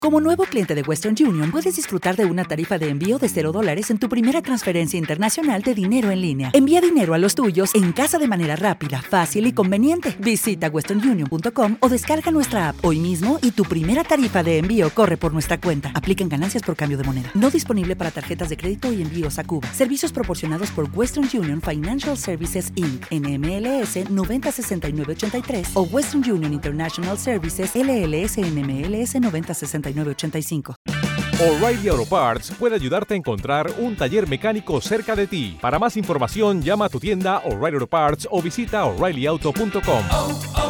Como nuevo cliente de Western Union, puedes disfrutar de una tarifa de envío de $0 en tu primera transferencia internacional de dinero en línea. Envía dinero a los tuyos en casa de manera rápida, fácil y conveniente. Visita westernunion.com o descarga nuestra app hoy mismo y tu primera tarifa de envío corre por nuestra cuenta. Aplican ganancias por cambio de moneda. No disponible para tarjetas de crédito y envíos a Cuba. Servicios proporcionados por Western Union Financial Services Inc. NMLS 906983 o Western Union International Services LLS NMLS 906985. O'Reilly Auto Parts puede ayudarte a encontrar un taller mecánico cerca de ti. Para más información, llama a tu tienda O'Reilly Auto Parts o visita O'ReillyAuto.com.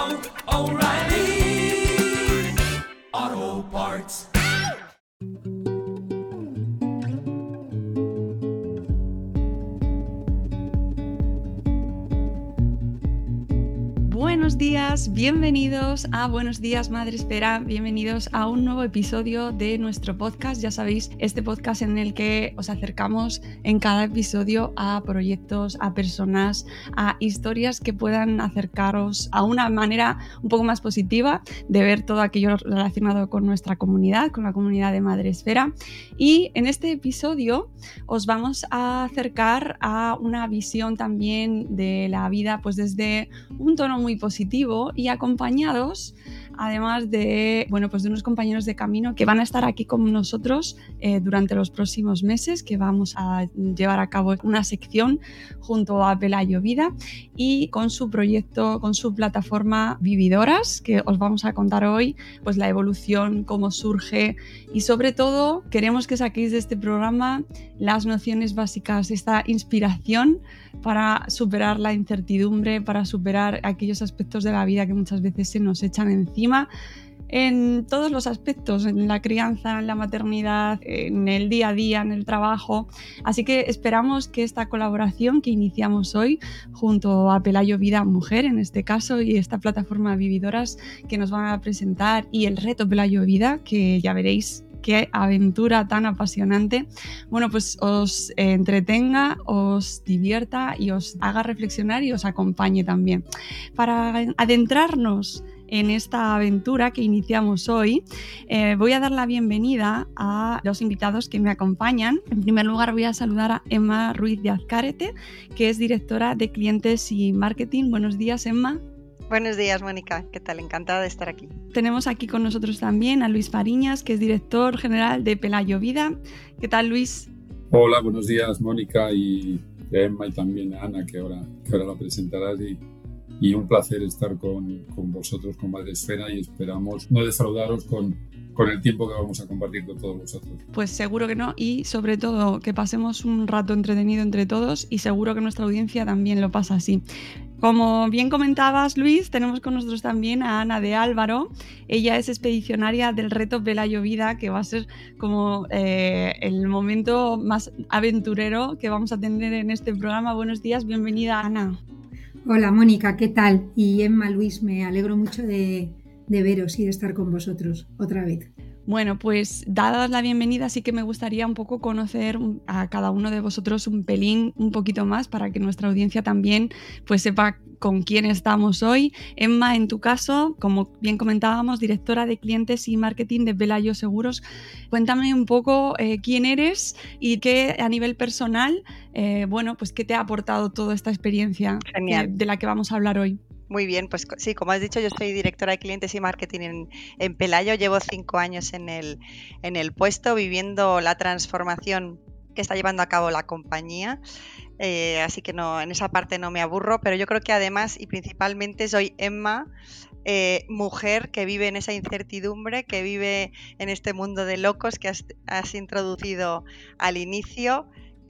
O'Reilly Auto Parts. Buenos días, bienvenidos a Buenos Días Madre Esfera, bienvenidos a un nuevo episodio de nuestro podcast. Ya sabéis, este podcast en el que os acercamos en cada episodio a proyectos, a personas, a historias que puedan acercaros a una manera un poco más positiva de ver todo aquello relacionado con nuestra comunidad, con la comunidad de Madre Esfera. Y en este episodio os vamos a acercar a una visión también de la vida, pues desde un tono muy positivo y acompañados además de, pues de unos compañeros de camino que van a estar aquí con nosotros durante los próximos meses, que vamos a llevar a cabo una sección junto a Pelayo Vida y con su proyecto, con su plataforma Vividoras, que os vamos a contar hoy pues la evolución, cómo surge y sobre todo queremos que saquéis de este programa las nociones básicas, esta inspiración para superar la incertidumbre, para superar aquellos aspectos de la vida que muchas veces se nos echan encima en todos los aspectos, en la crianza, en la maternidad, en el día a día, en el trabajo. Así que esperamos que esta colaboración que iniciamos hoy junto a Pelayo Vida Mujer, en este caso, y esta plataforma Vividoras que nos van a presentar y el reto Pelayo Vida, que ya veréis qué aventura tan apasionante, pues os entretenga, os divierta y os haga reflexionar y os acompañe también. Para adentrarnos en esta aventura que iniciamos hoy, voy a dar la bienvenida a los invitados que me acompañan. En primer lugar voy a saludar a Emma Ruiz de Azcárate, que es directora de Clientes y Marketing. Buenos días, Emma. Buenos días, Mónica. ¿Qué tal? Encantada de estar aquí. Tenemos aquí con nosotros también a Luis Fariñas, que es director general de Pelayo Vida. ¿Qué tal, Luis? Hola, buenos días, Mónica, y a Emma y también a Ana, que ahora la presentarás. Y un placer estar con vosotros, con Madre Esfera, y esperamos no defraudaros con el tiempo que vamos a compartir con todos vosotros. Pues seguro que no, y sobre todo que pasemos un rato entretenido entre todos, y seguro que nuestra audiencia también lo pasa así. Como bien comentabas, Luis, tenemos con nosotros también a Ana de Álvaro. Ella es expedicionaria del reto Pelayo Vida, que va a ser como el momento más aventurero que vamos a tener en este programa. Buenos días, bienvenida, Ana. Hola, Mónica, ¿qué tal? Y Emma, Luis, me alegro mucho de veros y de estar con vosotros otra vez. Bueno, pues dadas la bienvenida, sí que me gustaría un poco conocer a cada uno de vosotros un poquito más, para que nuestra audiencia también pues sepa con quién estamos hoy. Emma, en tu caso, como bien comentábamos, directora de Clientes y Marketing de Pelayo Seguros. Cuéntame un poco quién eres y qué a nivel personal, pues qué te ha aportado toda esta experiencia de la que vamos a hablar hoy. Muy bien, pues sí, como has dicho, yo soy directora de Clientes y Marketing en Pelayo. Llevo 5 años en el puesto, viviendo la transformación que está llevando a cabo la compañía. Así que no, en esa parte no me aburro, pero yo creo que además y principalmente soy Emma, mujer que vive en esa incertidumbre, que vive en este mundo de locos que has introducido al inicio.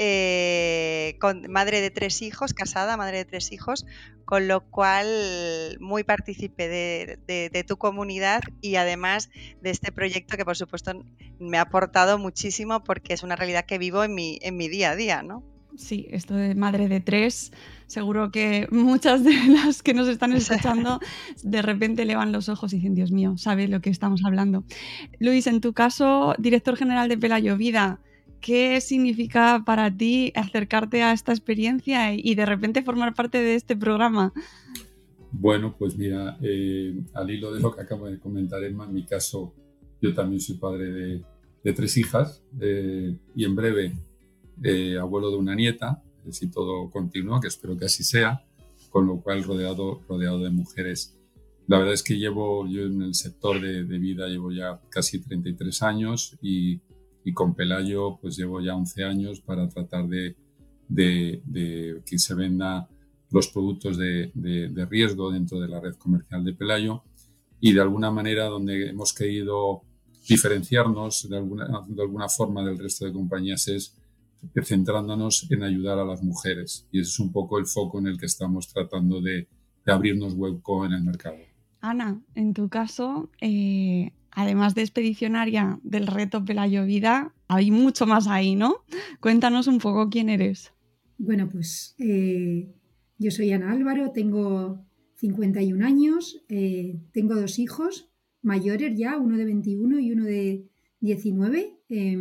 Madre de 3 hijos, casada, madre de 3 hijos, con lo cual muy partícipe de tu comunidad y además de este proyecto que por supuesto me ha aportado muchísimo, porque es una realidad que vivo en mi día a día, ¿no? Sí, esto de madre de 3, seguro que muchas de las que nos están escuchando de repente elevan los ojos y dicen, Dios mío, ¿sabe lo que estamos hablando? Luis, en tu caso, director general de Pelayo Vida, ¿qué significa para ti acercarte a esta experiencia y de repente formar parte de este programa? Bueno, pues mira, al hilo de lo que acabo de comentar, Emma, en mi caso Yo también soy padre de 3 hijas y en breve abuelo de una nieta, si todo continúa, que espero que así sea, con lo cual rodeado de mujeres. La verdad es que yo en el sector de vida llevo ya casi 33 años y con Pelayo pues llevo ya 11 años para tratar de que se venda los productos de riesgo dentro de la red comercial de Pelayo, y de alguna manera donde hemos querido diferenciarnos de alguna forma del resto de compañías es centrándonos en ayudar a las mujeres, y ese es un poco el foco en el que estamos tratando de abrirnos hueco en el mercado. Ana, en tu caso, además de expedicionaria del reto Pelayo Vida, hay mucho más ahí, ¿no? Cuéntanos un poco quién eres. Bueno, pues yo soy Ana Álvaro, tengo 51 años, tengo 2 hijos mayores ya, uno de 21 y uno de 19.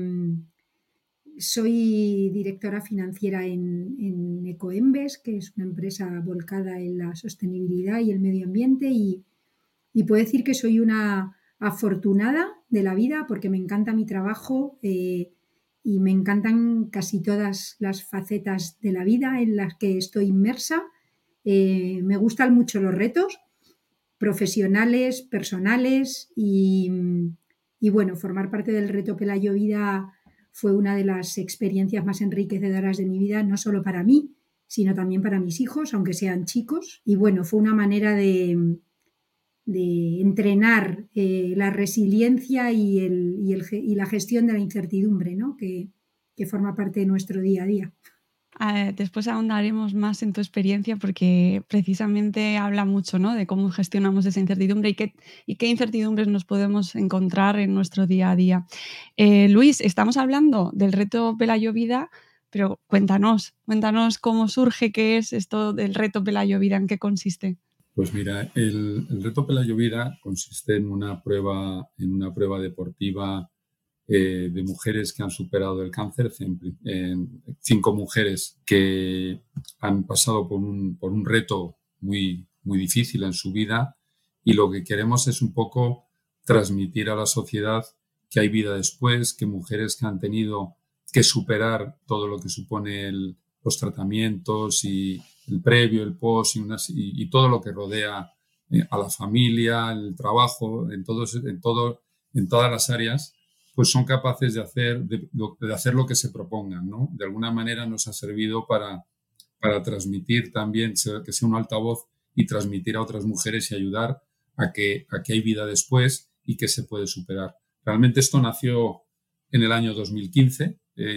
Soy directora financiera en Ecoembes, que es una empresa volcada en la sostenibilidad y el medio ambiente, y puedo decir que soy una afortunada de la vida porque me encanta mi trabajo y me encantan casi todas las facetas de la vida en las que estoy inmersa. Me gustan mucho los retos profesionales, personales y bueno, formar parte del reto Pelayo Vida fue una de las experiencias más enriquecedoras de mi vida, no solo para mí, sino también para mis hijos, aunque sean chicos. Y bueno, fue una manera de entrenar la resiliencia y la gestión de la incertidumbre, ¿no? que forma parte de nuestro día a día. Después ahondaremos más en tu experiencia porque precisamente habla mucho, ¿no?, de cómo gestionamos esa incertidumbre y qué incertidumbres nos podemos encontrar en nuestro día a día. Luis, estamos hablando del reto Pelayo Vida, pero cuéntanos cómo surge, qué es esto del reto Pelayo Vida, en qué consiste. Pues mira, el reto Pelayo Vida consiste en una prueba deportiva de mujeres que han superado el cáncer, 5 mujeres que han pasado por un reto muy, muy difícil en su vida, y lo que queremos es un poco transmitir a la sociedad que hay vida después, que mujeres que han tenido que superar todo lo que supone los tratamientos y el previo, el post y todo lo que rodea a la familia, el trabajo, en todas las áreas, pues son capaces de hacer lo que se propongan, ¿no? De alguna manera nos ha servido para transmitir también, que sea un altavoz y transmitir a otras mujeres y ayudar a que hay vida después y que se puede superar. Realmente esto nació en el año 2015,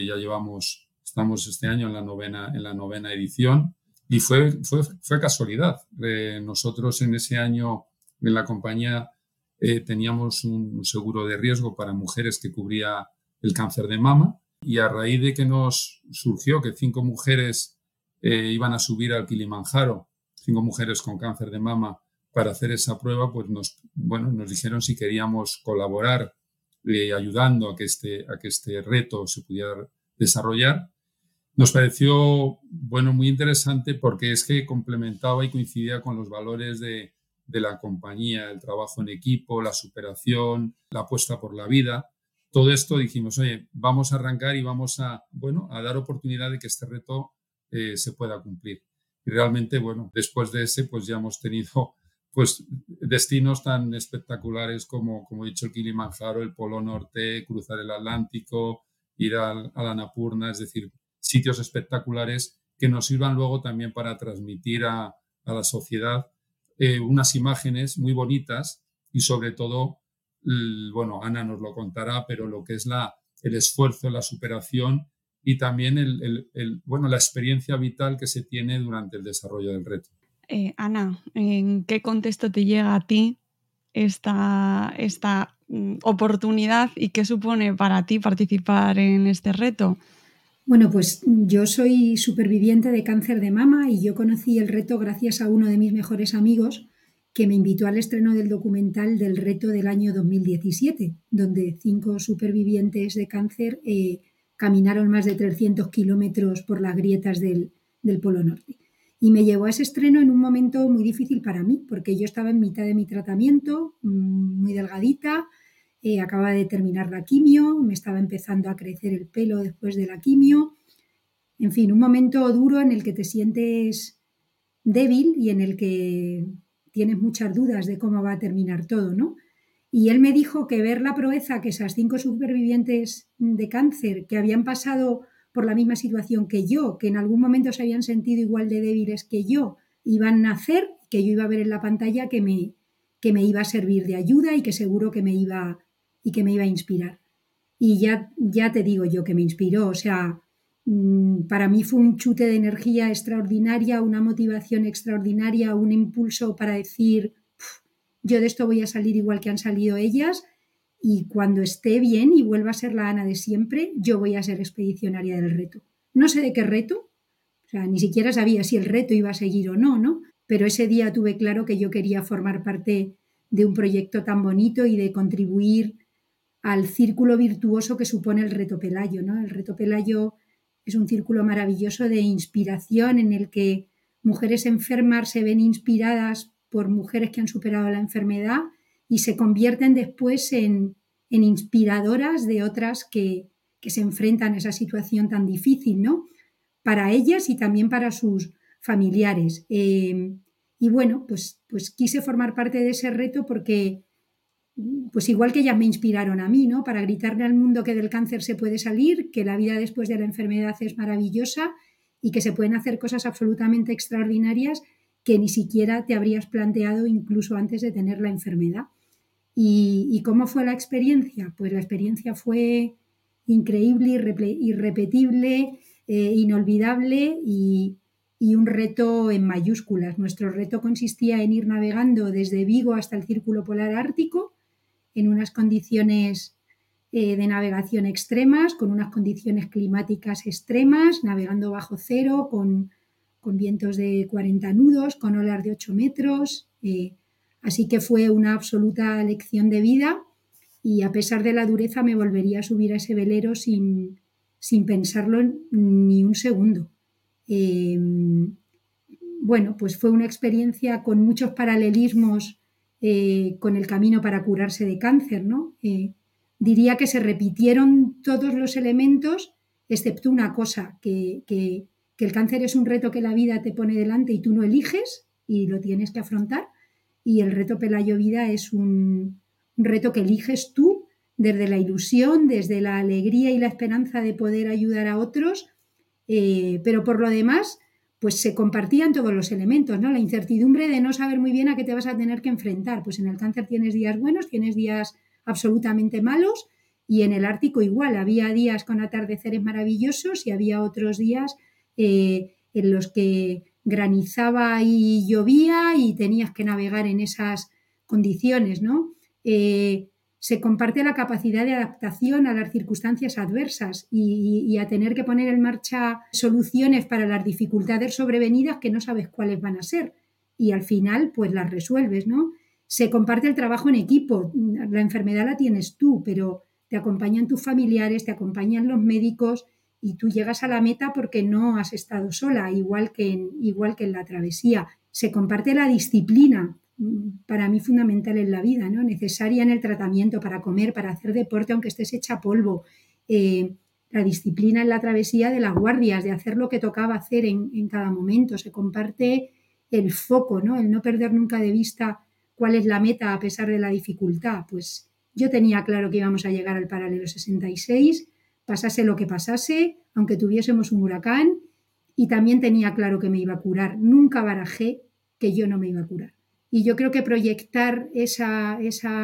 estamos este año en la novena edición, y fue casualidad. Nosotros en ese año en la compañía teníamos un seguro de riesgo para mujeres que cubría el cáncer de mama, y a raíz de que nos surgió que 5 mujeres iban a subir al Kilimanjaro, 5 mujeres con cáncer de mama, para hacer esa prueba, pues nos dijeron si queríamos colaborar ayudando a que este reto se pudiera desarrollar. Nos pareció muy interesante porque es que complementaba y coincidía con los valores de la compañía, el trabajo en equipo, la superación, la apuesta por la vida. Todo esto dijimos, oye, vamos a arrancar y vamos a dar oportunidad de que este reto se pueda cumplir. Y realmente, después de ese, pues ya hemos tenido destinos tan espectaculares como he dicho, el Kilimanjaro, el Polo Norte, cruzar el Atlántico, ir a la Annapurna, es decir, sitios espectaculares que nos sirvan luego también para transmitir a la sociedad unas imágenes muy bonitas y sobre todo, Ana nos lo contará, pero lo que es el esfuerzo, la superación y también la experiencia vital que se tiene durante el desarrollo del reto. Ana, ¿en qué contexto te llega a ti esta oportunidad y qué supone para ti participar en este reto? Bueno, pues yo soy superviviente de cáncer de mama y yo conocí el reto gracias a uno de mis mejores amigos que me invitó al estreno del documental del reto del año 2017, donde 5 supervivientes de cáncer caminaron más de 300 kilómetros por las grietas del Polo Norte. Y me llevó a ese estreno en un momento muy difícil para mí, porque yo estaba en mitad de mi tratamiento, muy delgadita, acababa de terminar la quimio, me estaba empezando a crecer el pelo después de la quimio. En fin, un momento duro en el que te sientes débil y en el que tienes muchas dudas de cómo va a terminar todo, ¿no? Y él me dijo que ver la proeza que esas 5 supervivientes de cáncer que habían pasado por la misma situación que yo, que en algún momento se habían sentido igual de débiles que yo, iban a hacer, que yo iba a ver en la pantalla que me iba a servir de ayuda y que seguro que me iba a inspirar. Y ya te digo yo que me inspiró, o sea, para mí fue un chute de energía extraordinaria, una motivación extraordinaria, un impulso para decir, yo de esto voy a salir igual que han salido ellas y cuando esté bien y vuelva a ser la Ana de siempre, yo voy a ser expedicionaria del reto. No sé de qué reto, o sea, ni siquiera sabía si el reto iba a seguir o no, ¿no? Pero ese día tuve claro que yo quería formar parte de un proyecto tan bonito y de contribuir al círculo virtuoso que supone el Reto Pelayo, ¿no? El Reto Pelayo es un círculo maravilloso de inspiración en el que mujeres enfermas se ven inspiradas por mujeres que han superado la enfermedad y se convierten después en inspiradoras de otras que se enfrentan a esa situación tan difícil, ¿no? Para ellas y también para sus familiares. Y bueno, pues quise formar parte de ese reto porque, pues igual que ellas me inspiraron a mí, ¿no? Para gritarle al mundo que del cáncer se puede salir, que la vida después de la enfermedad es maravillosa y que se pueden hacer cosas absolutamente extraordinarias que ni siquiera te habrías planteado incluso antes de tener la enfermedad. ¿Y cómo fue la experiencia? Pues la experiencia fue increíble, irrepetible, inolvidable y un reto en mayúsculas. Nuestro reto consistía en ir navegando desde Vigo hasta el Círculo Polar Ártico en unas condiciones de navegación extremas, con unas condiciones climáticas extremas, navegando bajo cero, con vientos de 40 nudos, con olas de 8 metros. Así que fue una absoluta lección de vida y a pesar de la dureza me volvería a subir a ese velero sin pensarlo ni un segundo. Bueno, pues fue una experiencia con muchos paralelismos con el camino para curarse de cáncer, ¿no? Diría que se repitieron todos los elementos, excepto una cosa, que el cáncer es un reto que la vida te pone delante y tú no eliges y lo tienes que afrontar, y el reto Pelayo Vida es un reto que eliges tú desde la ilusión, desde la alegría y la esperanza de poder ayudar a otros, pero por lo demás pues se compartían todos los elementos, ¿no? La incertidumbre de no saber muy bien a qué te vas a tener que enfrentar. Pues en el cáncer tienes días buenos, tienes días absolutamente malos y en el Ártico igual. Había días con atardeceres maravillosos y había otros días en los que granizaba y llovía y tenías que navegar en esas condiciones, ¿no? Se comparte la capacidad de adaptación a las circunstancias adversas y a tener que poner en marcha soluciones para las dificultades sobrevenidas que no sabes cuáles van a ser y al final pues las resuelves, ¿no? Se comparte el trabajo en equipo, la enfermedad la tienes tú, pero te acompañan tus familiares, te acompañan los médicos y tú llegas a la meta porque no has estado sola, igual que en la travesía. Se comparte la disciplina, para mí fundamental en la vida, ¿no? Necesaria en el tratamiento, para comer, para hacer deporte aunque estés hecha polvo, la disciplina en la travesía de las guardias, de hacer lo que tocaba hacer en cada momento. Se comparte el foco, ¿no? El no perder nunca de vista cuál es la meta a pesar de la dificultad. Pues yo tenía claro que íbamos a llegar al paralelo 66, pasase lo que pasase, aunque tuviésemos un huracán, y también tenía claro que me iba a curar. Nunca barajé que yo no me iba a curar. Y yo creo que proyectar esa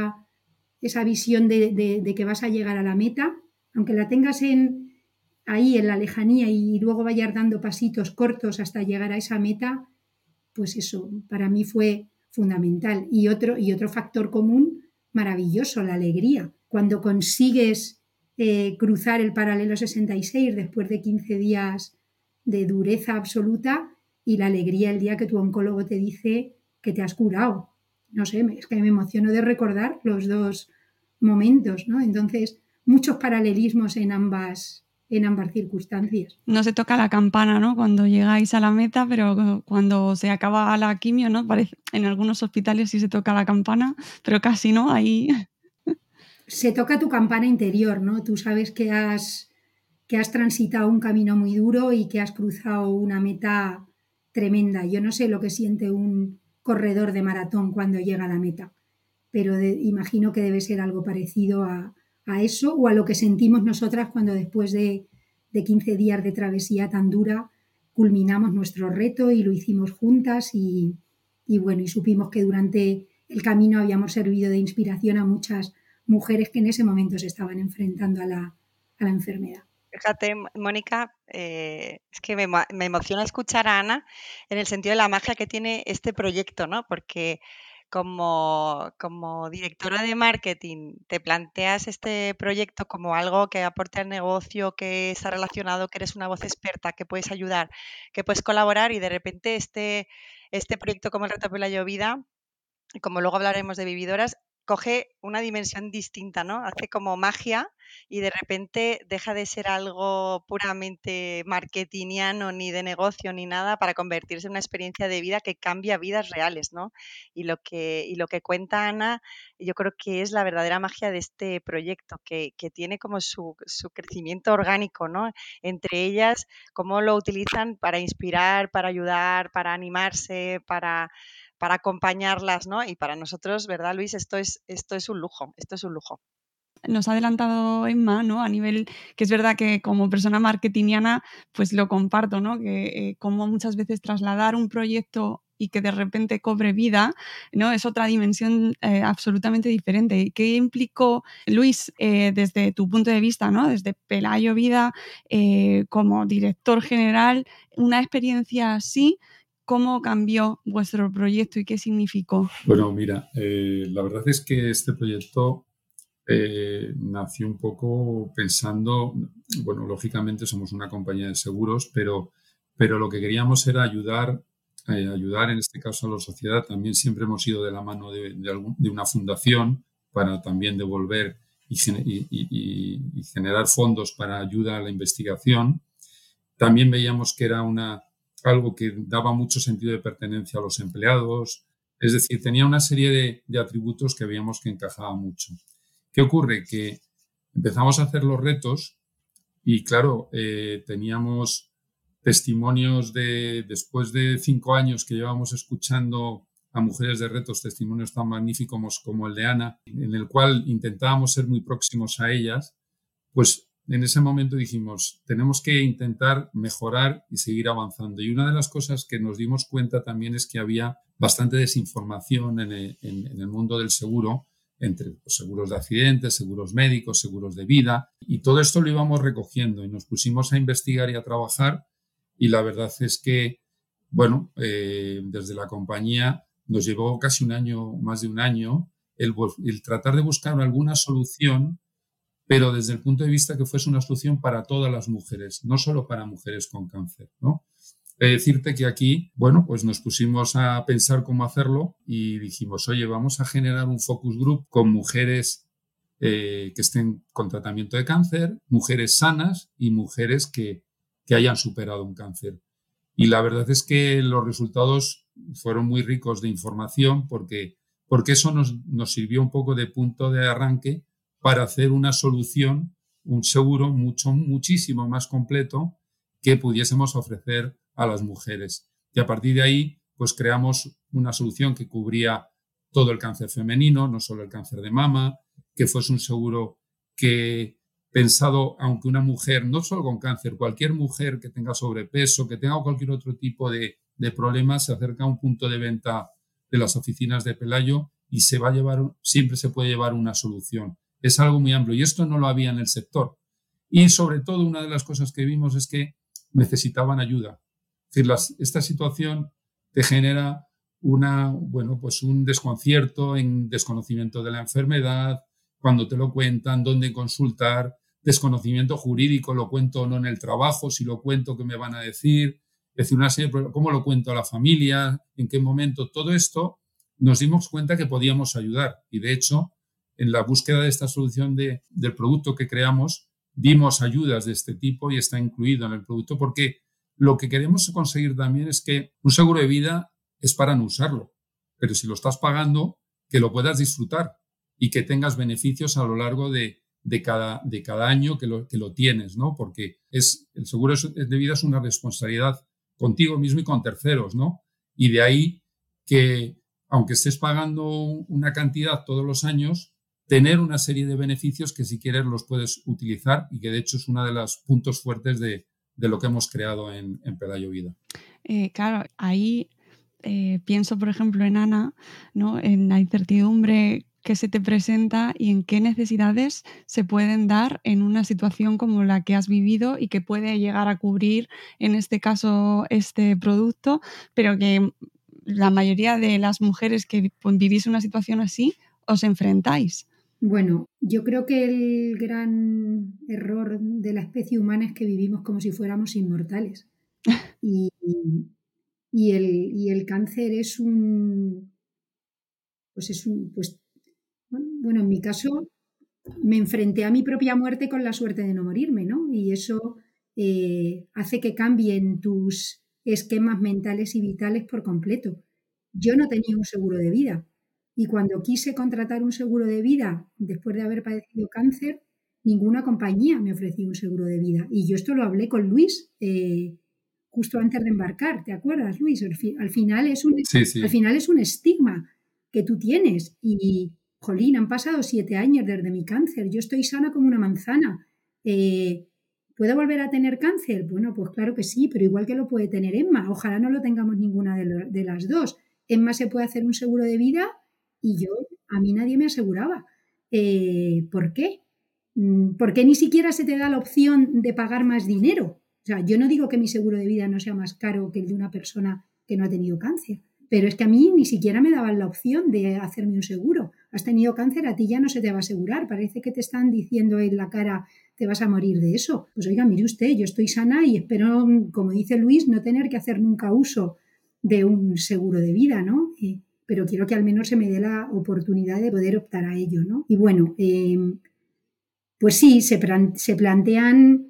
visión de que vas a llegar a la meta, aunque la tengas ahí en la lejanía y luego vayas dando pasitos cortos hasta llegar a esa meta, pues eso para mí fue fundamental. Y otro factor común maravilloso, la alegría. Cuando consigues cruzar el paralelo 66 después de 15 días de dureza absoluta y la alegría el día que tu oncólogo te dice que te has curado. No sé, es que me emociono de recordar los dos momentos, ¿no? Entonces, muchos paralelismos en ambas circunstancias. No se toca la campana, ¿no? Cuando llegáis a la meta, pero cuando se acaba la quimio, ¿no? Parece, en algunos hospitales sí se toca la campana, pero casi no, ahí... se toca tu campana interior, ¿no? Tú sabes que has transitado un camino muy duro y que has cruzado una meta tremenda. Yo no sé lo que siente un corredor de maratón cuando llega a la meta, pero imagino que debe ser algo parecido a eso o a lo que sentimos nosotras cuando después de 15 días de travesía tan dura culminamos nuestro reto y lo hicimos juntas y bueno, y supimos que durante el camino habíamos servido de inspiración a muchas mujeres que en ese momento se estaban enfrentando a la enfermedad. Fíjate, Mónica, es que me emociona escuchar a Ana en el sentido de la magia que tiene este proyecto, ¿no? Porque como directora de marketing te planteas este proyecto como algo que aporte al negocio, que está relacionado, que eres una voz experta, que puedes ayudar, que puedes colaborar y de repente este proyecto como el Reto Pelayo Vida, y como luego hablaremos de vividoras, coge una dimensión distinta, ¿no? Hace como magia y de repente deja de ser algo puramente marketingiano, ni de negocio, ni nada, para convertirse en una experiencia de vida que cambia vidas reales, ¿no? Y lo que cuenta Ana, yo creo que es la verdadera magia de este proyecto, que tiene como su crecimiento orgánico, ¿no? Entre ellas, cómo lo utilizan para inspirar, para ayudar, para animarse, para acompañarlas, ¿no? Y para nosotros, ¿verdad, Luis? Esto es un lujo, esto es un lujo. Nos ha adelantado Emma, ¿no? A nivel que es verdad que como persona marketingiana, pues lo comparto, ¿no? Que como muchas veces trasladar un proyecto y que de repente cobre vida, ¿no? Es otra dimensión absolutamente diferente. ¿Qué implicó, Luis, desde tu punto de vista, ¿no? Desde Pelayo Vida, como director general, una experiencia así? ¿Cómo cambió vuestro proyecto y qué significó? Bueno, mira, la verdad es que este proyecto nació un poco pensando, bueno, lógicamente somos una compañía de seguros, pero lo que queríamos era ayudar en este caso a la sociedad. También siempre hemos ido de la mano de una fundación para también devolver y generar fondos para ayuda a la investigación. También veíamos que era algo que daba mucho sentido de pertenencia a los empleados. Es decir, tenía una serie de atributos que veíamos que encajaba mucho. ¿Qué ocurre? Que empezamos a hacer los retos y, claro, teníamos testimonios después de 5 años que llevamos escuchando a mujeres de retos, testimonios tan magníficos como el de Ana, en el cual intentábamos ser muy próximos a ellas, pues en ese momento dijimos, tenemos que intentar mejorar y seguir avanzando. Y una de las cosas que nos dimos cuenta también es que había bastante desinformación en el mundo del seguro, entre seguros de accidentes, seguros médicos, seguros de vida, y todo esto lo íbamos recogiendo y nos pusimos a investigar y a trabajar, y la verdad es que, bueno, desde la compañía nos llevó casi un año, más de un año, el tratar de buscar alguna solución, pero desde el punto de vista que fuese una solución para todas las mujeres, no solo para mujeres con cáncer, ¿no? Decirte que aquí, bueno, pues nos pusimos a pensar cómo hacerlo y dijimos, oye, vamos a generar un focus group con mujeres que estén con tratamiento de cáncer, mujeres sanas y mujeres que hayan superado un cáncer. Y la verdad es que los resultados fueron muy ricos de información porque eso nos sirvió un poco de punto de arranque para hacer una solución, un seguro muchísimo más completo que pudiésemos ofrecer a las mujeres. Y a partir de ahí, pues creamos una solución que cubría todo el cáncer femenino, no solo el cáncer de mama, que fuese un seguro que pensado, aunque una mujer, no solo con cáncer, cualquier mujer que tenga sobrepeso, que tenga cualquier otro tipo de problemas, se acerca a un punto de venta de las oficinas de Pelayo y siempre se puede llevar una solución. Es algo muy amplio y esto no lo había en el sector. Y sobre todo una de las cosas que vimos es que necesitaban ayuda. Es decir, esta situación te genera un desconcierto en desconocimiento de la enfermedad, cuando te lo cuentan, dónde consultar, desconocimiento jurídico, lo cuento o no en el trabajo, si lo cuento, ¿qué me van a decir? Es decir, ¿cómo lo cuento a la familia? ¿En qué momento? Todo esto nos dimos cuenta que podíamos ayudar y, de hecho, en la búsqueda de esta solución del producto que creamos, dimos ayudas de este tipo y está incluido en el producto porque lo que queremos conseguir también es que un seguro de vida es para no usarlo, pero si lo estás pagando, que lo puedas disfrutar y que tengas beneficios a lo largo de cada año que lo tienes, ¿no? Porque el seguro de vida es una responsabilidad contigo mismo y con terceros, ¿no? Y de ahí que, aunque estés pagando una cantidad todos los años, tener una serie de beneficios que si quieres los puedes utilizar y que de hecho es uno de los puntos fuertes de lo que hemos creado en Pelayo Vida. Claro, ahí pienso, por ejemplo, en Ana, ¿no? En la incertidumbre que se te presenta y en qué necesidades se pueden dar en una situación como la que has vivido y que puede llegar a cubrir, en este caso, este producto, pero que la mayoría de las mujeres que vivís una situación así os enfrentáis. Bueno, yo creo que el gran error de la especie humana es que vivimos como si fuéramos inmortales. Y el cáncer es bueno, en mi caso me enfrenté a mi propia muerte con la suerte de no morirme, ¿no? Y eso hace que cambien tus esquemas mentales y vitales por completo. Yo no tenía un seguro de vida y cuando quise contratar un seguro de vida después de haber padecido cáncer, ninguna compañía me ofreció un seguro de vida. Y yo esto lo hablé con Luis justo antes de embarcar, ¿te acuerdas, Luis? Al final es un estigma que tú tienes y, jolín, han pasado 7 años desde mi cáncer, yo estoy sana como una manzana. ¿Puedo volver a tener cáncer? Bueno, pues claro que sí, pero igual que lo puede tener Emma, ojalá no lo tengamos ninguna de las dos. Emma se puede hacer un seguro de vida y a mí nadie me aseguraba. ¿Por qué? ¿Por qué ni siquiera se te da la opción de pagar más dinero? O sea, yo no digo que mi seguro de vida no sea más caro que el de una persona que no ha tenido cáncer, pero es que a mí ni siquiera me daban la opción de hacerme un seguro. Has tenido cáncer, a ti ya no se te va a asegurar. Parece que te están diciendo en la cara, te vas a morir de eso. Pues oiga, mire usted, yo estoy sana y espero, como dice Luis, no tener que hacer nunca uso de un seguro de vida, ¿no? Pero quiero que al menos se me dé la oportunidad de poder optar a ello, ¿no? Y bueno, pues sí, se plantean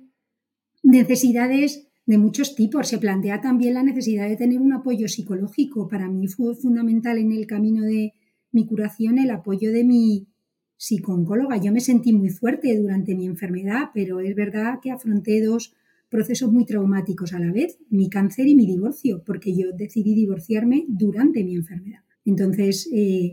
necesidades de muchos tipos. Se plantea también la necesidad de tener un apoyo psicológico. Para mí fue fundamental en el camino de mi curación el apoyo de mi psicooncóloga. Yo me sentí muy fuerte durante mi enfermedad, pero es verdad que afronté 2 procesos muy traumáticos a la vez, mi cáncer y mi divorcio, porque yo decidí divorciarme durante mi enfermedad. Entonces,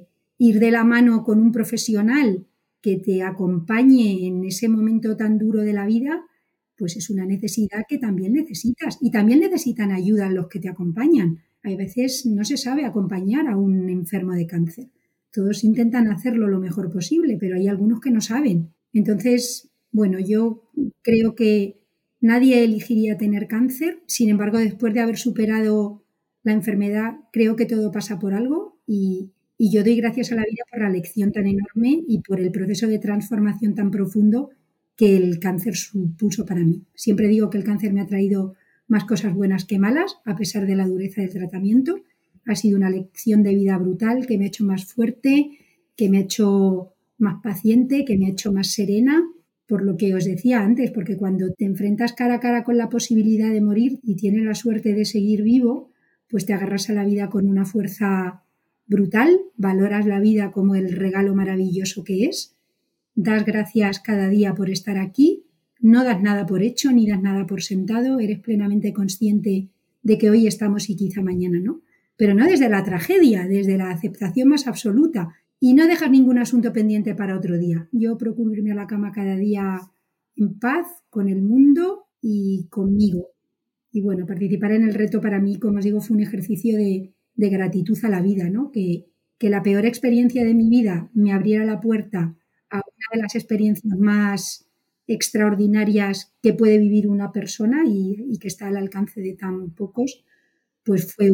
ir de la mano con un profesional que te acompañe en ese momento tan duro de la vida, pues es una necesidad que también necesitas. Y también necesitan ayuda los que te acompañan. A veces no se sabe acompañar a un enfermo de cáncer. Todos intentan hacerlo lo mejor posible, pero hay algunos que no saben. Entonces, bueno, yo creo que nadie elegiría tener cáncer. Sin embargo, después de haber superado la enfermedad, creo que todo pasa por algo y yo doy gracias a la vida por la lección tan enorme y por el proceso de transformación tan profundo que el cáncer supuso para mí. Siempre digo que el cáncer me ha traído más cosas buenas que malas, a pesar de la dureza del tratamiento. Ha sido una lección de vida brutal que me ha hecho más fuerte, que me ha hecho más paciente, que me ha hecho más serena, por lo que os decía antes, porque cuando te enfrentas cara a cara con la posibilidad de morir y tienes la suerte de seguir vivo, pues te agarras a la vida con una fuerza brutal, valoras la vida como el regalo maravilloso que es, das gracias cada día por estar aquí, no das nada por hecho ni das nada por sentado, eres plenamente consciente de que hoy estamos y quizá mañana no, pero no desde la tragedia, desde la aceptación más absoluta y no dejas ningún asunto pendiente para otro día. Yo procuro irme a la cama cada día en paz con el mundo y conmigo. Y bueno, participar en el reto para mí, como os digo, fue un ejercicio de gratitud a la vida, ¿no? Que la peor experiencia de mi vida me abriera la puerta a una de las experiencias más extraordinarias que puede vivir una persona y que está al alcance de tan pocos, pues fue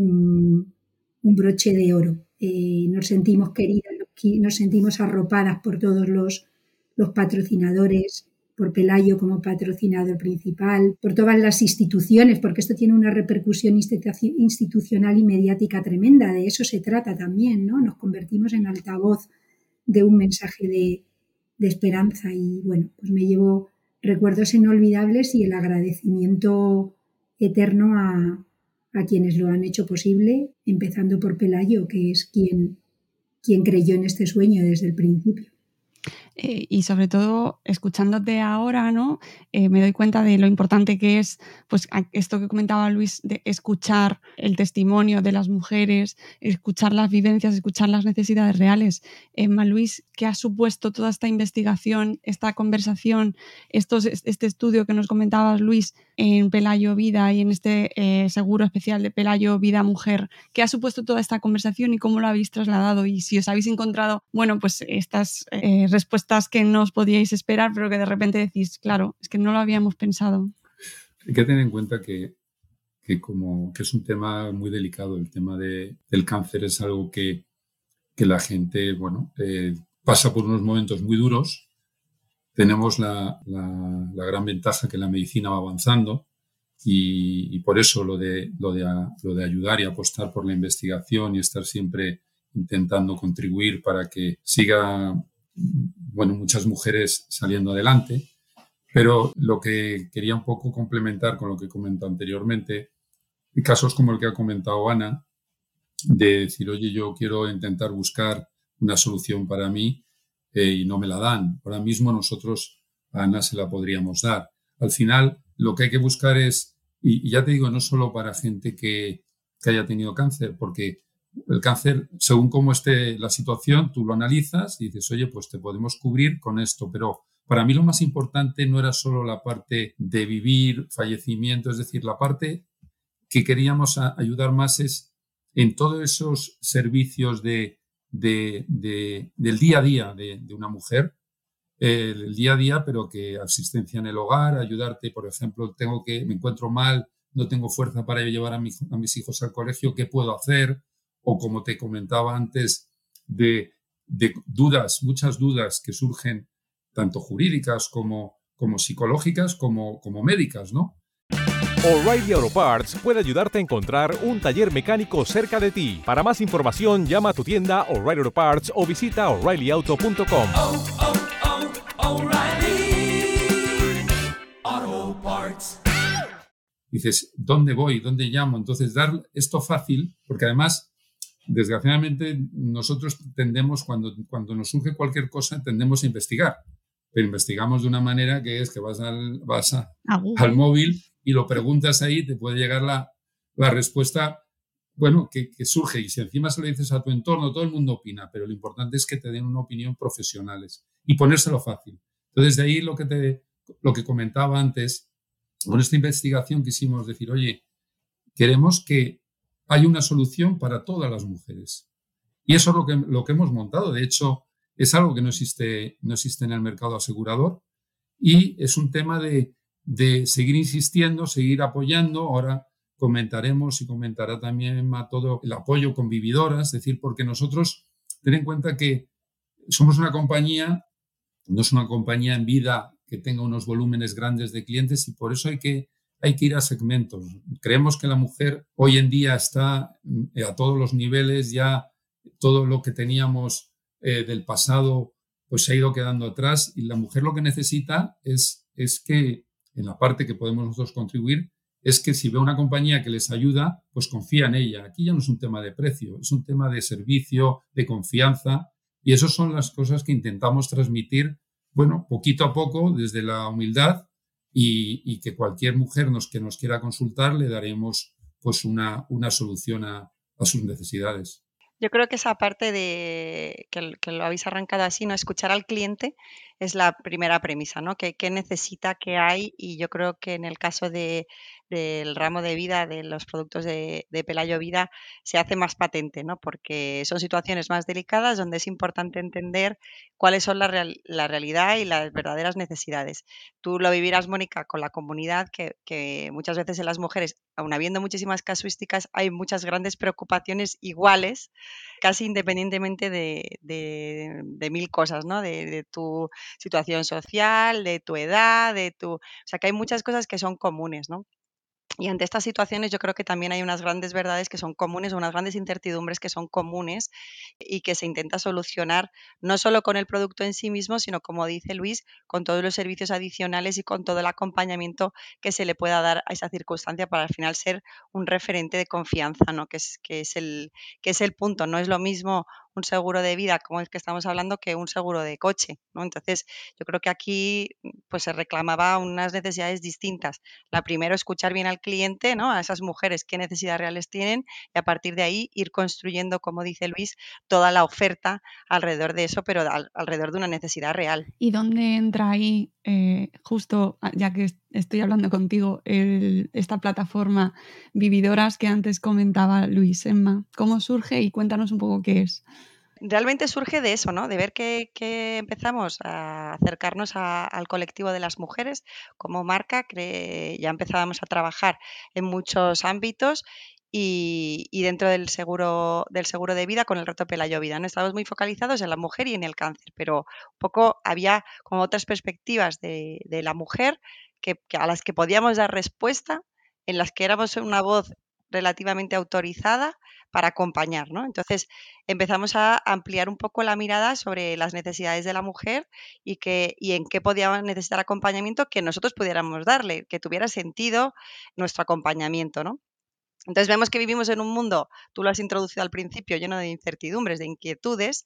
un broche de oro. Nos sentimos queridas, nos sentimos arropadas por todos los patrocinadores, por Pelayo como patrocinador principal, por todas las instituciones, porque esto tiene una repercusión institucional y mediática tremenda. De eso se trata también, ¿no? Nos convertimos en altavoz de un mensaje de esperanza y bueno, pues me llevo recuerdos inolvidables y el agradecimiento eterno a quienes lo han hecho posible, empezando por Pelayo, que es quien quien creyó en este sueño desde el principio. Y sobre todo, escuchándote ahora, ¿no? Me doy cuenta de lo importante que es, pues, esto que comentaba Luis, de escuchar el testimonio de las mujeres, escuchar las vivencias, escuchar las necesidades reales. Luis, ¿qué ha supuesto toda esta investigación, esta conversación, este estudio que nos comentabas, Luis, en Pelayo Vida y en este seguro especial de Pelayo Vida Mujer? ¿Qué ha supuesto toda esta conversación y cómo lo habéis trasladado? Y si os habéis encontrado, bueno, pues estas respuestas que no os podíais esperar, pero que de repente decís, claro, es que no lo habíamos pensado. Hay que tener en cuenta que es un tema muy delicado. El tema del cáncer es algo que la gente, pasa por unos momentos muy duros. Tenemos la gran ventaja que la medicina va avanzando y por eso lo de ayudar y apostar por la investigación y estar siempre intentando contribuir para que siga muchas mujeres saliendo adelante. Pero lo que quería un poco complementar con lo que comentó anteriormente, casos como el que ha comentado Ana, de decir, oye, yo quiero intentar buscar una solución para mí y no me la dan. Ahora mismo nosotros a Ana se la podríamos dar. Al final, lo que hay que buscar es, y ya te digo, no solo para gente que haya tenido cáncer, porque el cáncer, según cómo esté la situación, tú lo analizas y dices, oye, pues te podemos cubrir con esto. Pero para mí lo más importante no era solo la parte de vivir, fallecimiento, es decir, la parte que queríamos ayudar más es en todos esos servicios del día a día de una mujer, el día a día, pero que asistencia en el hogar, ayudarte, por ejemplo, me encuentro mal, no tengo fuerza para llevar a mis hijos al colegio, ¿qué puedo hacer? O como te comentaba antes, de dudas, muchas dudas que surgen, tanto jurídicas como psicológicas, como médicas, ¿no? O'Reilly Auto Parts puede ayudarte a encontrar un taller mecánico cerca de ti. Para más información, llama a tu tienda O'Reilly Auto Parts o visita O'ReillyAuto.com. O'Reilly Auto Parts. Dices, ¿dónde voy? ¿Dónde llamo? Entonces, dar esto fácil, porque además, desgraciadamente, nosotros tendemos, cuando nos surge cualquier cosa, tendemos a investigar. Pero investigamos de una manera que es que vas al móvil y lo preguntas ahí, te puede llegar la respuesta, que surge. Y si encima se lo dices a tu entorno, todo el mundo opina, pero lo importante es que te den una opinión profesionales y ponérselo fácil. Entonces, de ahí lo que comentaba antes, con esta investigación quisimos decir, oye, queremos que haya una solución para todas las mujeres. Y eso es lo que hemos montado. De hecho, es algo que no existe en el mercado asegurador y es un tema de seguir insistiendo, seguir apoyando. Ahora comentaremos y comentará también todo el apoyo con vividoras, es decir, porque nosotros, ten en cuenta que somos una compañía, no es una compañía en vida que tenga unos volúmenes grandes de clientes y por eso hay que ir a segmentos. Creemos que la mujer hoy en día está a todos los niveles, ya todo lo que teníamos del pasado pues se ha ido quedando atrás y la mujer lo que necesita es que en la parte que podemos nosotros contribuir es que si ve una compañía que les ayuda, pues confía en ella. Aquí ya no es un tema de precio, es un tema de servicio, de confianza y esas son las cosas que intentamos transmitir, poquito a poco desde la humildad y que cualquier mujer que nos quiera consultar le daremos pues una solución a sus necesidades. Yo creo que esa parte de que lo habéis arrancado así, ¿no? Escuchar al cliente es la primera premisa, ¿no? ¿Qué necesita, qué hay? Y yo creo que en el caso del ramo de vida, de los productos de Pelayo Vida, se hace más patente, ¿no? Porque son situaciones más delicadas donde es importante entender cuáles son la realidad y las verdaderas necesidades. Tú lo vivirás, Mónica, con la comunidad, que muchas veces en las mujeres, aun habiendo muchísimas casuísticas, hay muchas grandes preocupaciones iguales, casi independientemente de mil cosas, ¿no? De tu situación social, de tu edad, o sea, que hay muchas cosas que son comunes, ¿no? Y ante estas situaciones yo creo que también hay unas grandes verdades que son comunes, unas grandes incertidumbres que son comunes y que se intenta solucionar no solo con el producto en sí mismo, sino como dice Luis, con todos los servicios adicionales y con todo el acompañamiento que se le pueda dar a esa circunstancia para al final ser un referente de confianza, ¿no? que es el punto. No es lo mismo un seguro de vida como el que estamos hablando que un seguro de coche, ¿no? Entonces, yo creo que aquí pues se reclamaba unas necesidades distintas. La primero, escuchar bien al cliente, ¿no? A esas mujeres qué necesidades reales tienen y a partir de ahí ir construyendo, como dice Luis, toda la oferta alrededor de eso, pero alrededor de una necesidad real. ¿Y dónde entra ahí, justo ya que estoy hablando contigo, esta plataforma Vividoras que antes comentaba Luis, Emma? ¿Cómo surge? Y cuéntanos un poco qué es. Realmente surge de eso, ¿no? De ver que empezamos a acercarnos al colectivo de las mujeres como marca, ya empezábamos a trabajar en muchos ámbitos y dentro del seguro de vida con el reto Pelayo Vida, ¿no? Estábamos muy focalizados en la mujer y en el cáncer, pero un poco había como otras perspectivas de la mujer a las que podíamos dar respuesta, en las que éramos una voz relativamente autorizada para acompañar, ¿no? Entonces, empezamos a ampliar un poco la mirada sobre las necesidades de la mujer y en qué podía necesitar acompañamiento que nosotros pudiéramos darle, que tuviera sentido nuestro acompañamiento, ¿no? Entonces vemos que vivimos en un mundo, tú lo has introducido al principio, lleno de incertidumbres, de inquietudes